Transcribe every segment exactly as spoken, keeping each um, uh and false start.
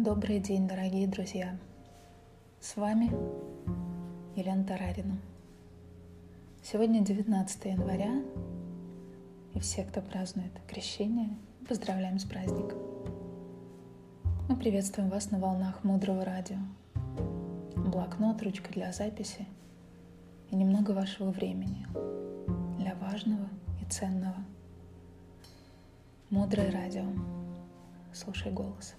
Добрый день, дорогие друзья! С вами Елена Тарарина. Сегодня девятнадцатое января, и все, кто празднует крещение, поздравляем с праздником. Мы приветствуем вас на волнах Мудрого радио. Блокнот, ручка для записи и немного вашего времени для важного и ценного. Мудрое радио. Слушай голос.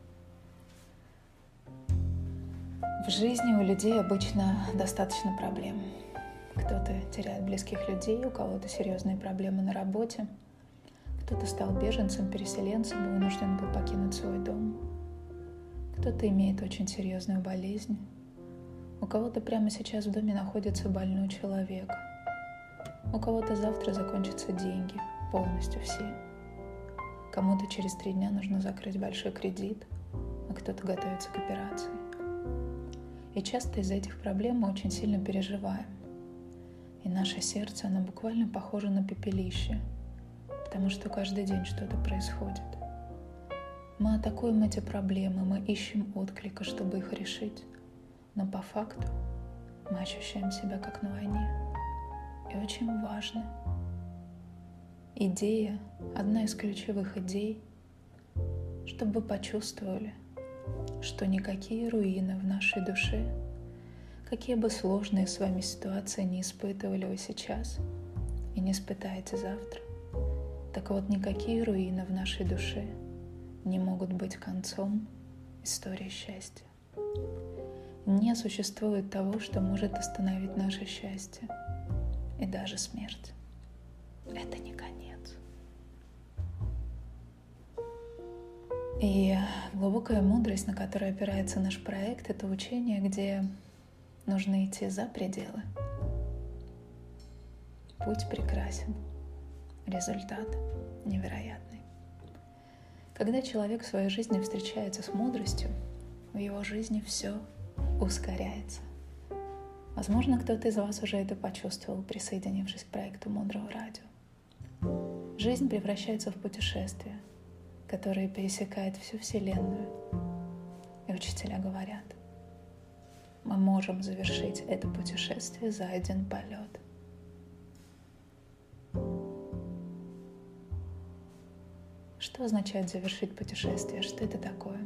В жизни у людей обычно достаточно проблем. Кто-то теряет близких людей, у кого-то серьезные проблемы на работе, кто-то стал беженцем, переселенцем и вынужден был покинуть свой дом. Кто-то имеет очень серьезную болезнь. У кого-то прямо сейчас в доме находится больной человек. У кого-то завтра закончатся деньги, полностью все. Кому-то через три дня нужно закрыть большой кредит, а кто-то готовится к операции. И часто из-за этих проблем мы очень сильно переживаем. И наше сердце, оно буквально похоже на пепелище, потому что каждый день что-то происходит. Мы атакуем эти проблемы, мы ищем отклика, чтобы их решить. Но по факту мы ощущаем себя как на войне. И очень важно. Идея, одна из ключевых идей, чтобы вы почувствовали, что никакие руины в нашей душе, какие бы сложные с вами ситуации не испытывали вы сейчас и не испытаете завтра, так вот никакие руины в нашей душе не могут быть концом истории счастья. Не существует того, что может остановить наше счастье, и даже смерть. Это не конец. И глубокая мудрость, на которой опирается наш проект, это учение, где нужно идти за пределы. Путь прекрасен, результат невероятный. Когда человек в своей жизни встречается с мудростью, в его жизни все ускоряется. Возможно, кто-то из вас уже это почувствовал, присоединившись к проекту Мудрого радио. Жизнь превращается в путешествие, которое пересекает всю Вселенную. И учителя говорят, мы можем завершить это путешествие за один полет. Что означает завершить путешествие? Что это такое?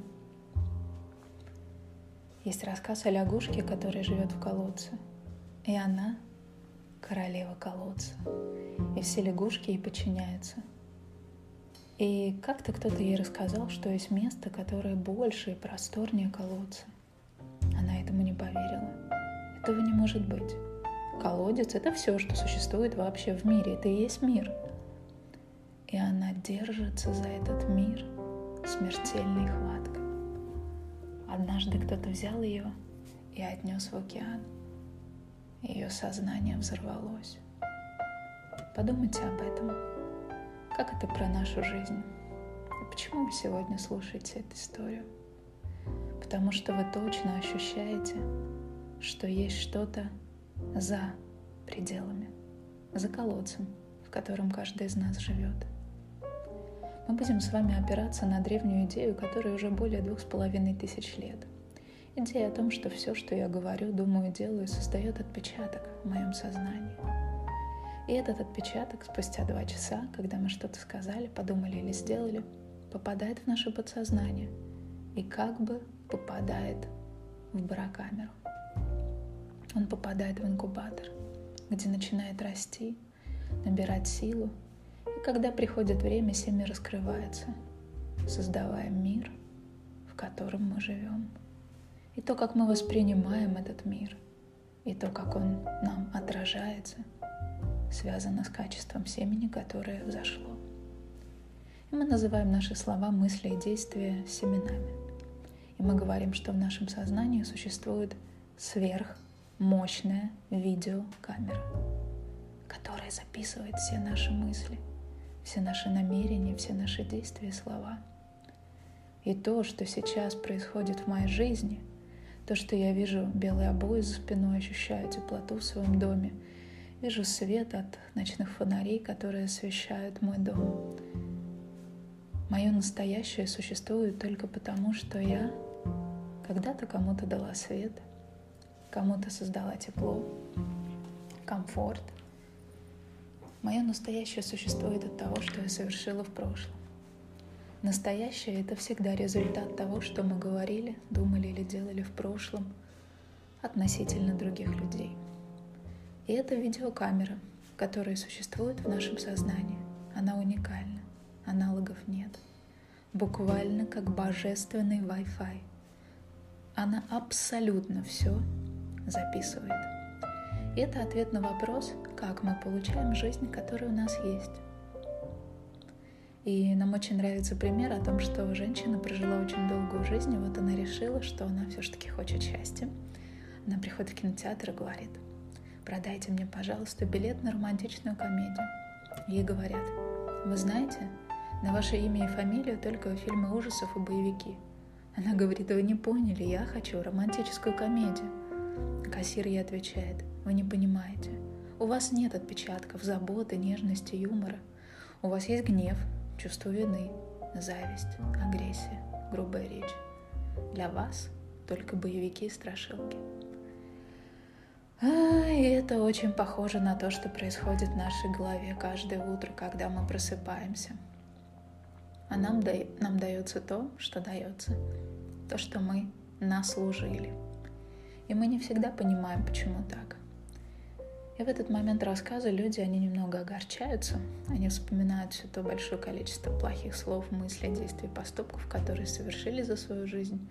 Есть рассказ о лягушке, которая живет в колодце. И она королева колодца. И все лягушки ей подчиняются. И как-то кто-то ей рассказал, что есть место, которое больше и просторнее колодца. Она этому не поверила. Этого не может быть. Колодец — это все, что существует вообще в мире. Это и есть мир. И она держится за этот мир смертельной хваткой. Однажды кто-то взял ее и отнес в океан. Ее сознание взорвалось. Подумайте об этом. Как это про нашу жизнь? И почему вы сегодня слушаете эту историю? Потому что вы точно ощущаете, что есть что-то за пределами, за колодцем, в котором каждый из нас живет. Мы будем с вами опираться на древнюю идею, которой уже более двух с половиной тысяч лет. Идея о том, что все, что я говорю, думаю, делаю, создает отпечаток в моем сознании. И этот отпечаток спустя два часа, когда мы что-то сказали, подумали или сделали, попадает в наше подсознание и как бы попадает в барокамеру. Он попадает в инкубатор, где начинает расти, набирать силу, и когда приходит время, семя раскрывается, создавая мир, в котором мы живем. И то, как мы воспринимаем этот мир, и то, как он нам отражается, связано с качеством семени, которое взошло. И мы называем наши слова, мысли и действия семенами. И мы говорим, что в нашем сознании существует сверхмощная видеокамера, которая записывает все наши мысли, все наши намерения, все наши действия и слова. И то, что сейчас происходит в моей жизни, то, что я вижу белые обои за спиной, ощущаю теплоту в своем доме, вижу свет от ночных фонарей, которые освещают мой дом. Мое настоящее существует только потому, что я когда-то кому-то дала свет, кому-то создала тепло, комфорт. Мое настоящее существует от того, что я совершила в прошлом. Настоящее — это всегда результат того, что мы говорили, думали или делали в прошлом относительно других людей. И это видеокамера, которая существует в нашем сознании. Она уникальна, аналогов нет. Буквально как божественный Wi-Fi. Она абсолютно все записывает. И это ответ на вопрос, как мы получаем жизнь, которая у нас есть. И нам очень нравится пример о том, что женщина прожила очень долгую жизнь, и вот она решила, что она все-таки хочет счастья. Она приходит в кинотеатр и говорит: продайте мне, пожалуйста, билет на романтичную комедию. Ей говорят: вы знаете, на ваше имя и фамилию только фильмы ужасов и боевики. Она говорит: вы не поняли, я хочу романтическую комедию. Кассир ей отвечает: вы не понимаете, у вас нет отпечатков заботы, нежности, юмора. У вас есть гнев, чувство вины, зависть, агрессия, грубая речь. Для вас только боевики и страшилки. А, и это очень похоже на то, что происходит в нашей голове каждое утро, когда мы просыпаемся. А нам, да, нам дается то, что дается, то, что мы наслужили. И мы не всегда понимаем, почему так. И в этот момент рассказа люди, они немного огорчаются, они вспоминают все то большое количество плохих слов, мыслей, действий, поступков, которые совершили за свою жизнь,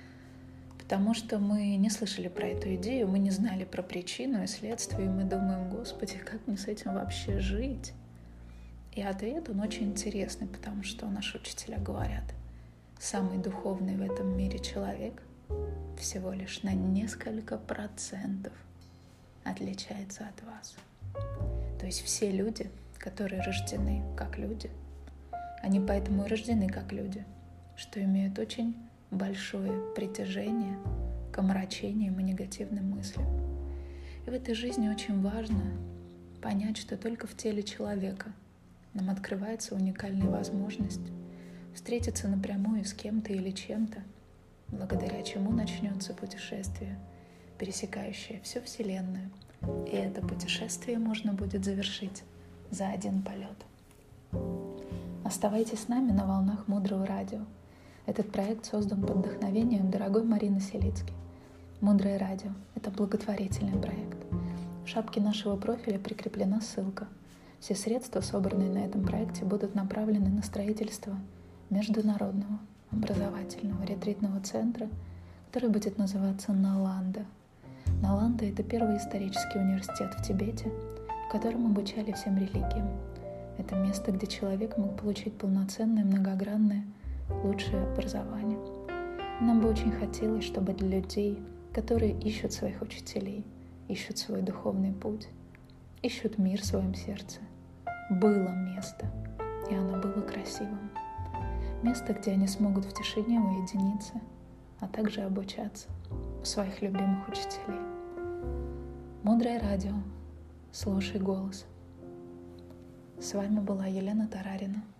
потому что мы не слышали про эту идею, мы не знали про причину и следствие, и мы думаем: Господи, как мне с этим вообще жить? И ответ, он очень интересный, потому что наши учителя говорят: самый духовный в этом мире человек всего лишь на несколько процентов отличается от вас. То есть все люди, которые рождены как люди, они поэтому и рождены как люди, что имеют очень большое притяжение к омрачениям и негативным мыслям. И в этой жизни очень важно понять, что только в теле человека нам открывается уникальная возможность встретиться напрямую с кем-то или чем-то, благодаря чему начнется путешествие, пересекающее всю Вселенную. И это путешествие можно будет завершить за один полет. Оставайтесь с нами на волнах Мудрого радио. Этот проект создан под вдохновением дорогой Марины Селицки. Мудрое радио — это благотворительный проект. В шапке нашего профиля прикреплена ссылка. Все средства, собранные на этом проекте, будут направлены на строительство международного образовательного ретритного центра, который будет называться Наланда. Наланда — это первый исторический университет в Тибете, в котором обучали всем религиям. Это место, где человек мог получить полноценное, многогранное, лучшее образование. И нам бы очень хотелось, чтобы для людей, которые ищут своих учителей, ищут свой духовный путь, ищут мир в своем сердце, было место, и оно было красивым. Место, где они смогут в тишине уединиться, а также обучаться у своих любимых учителей. Мудрое радио. Слушай голос. С вами была Елена Тарарина.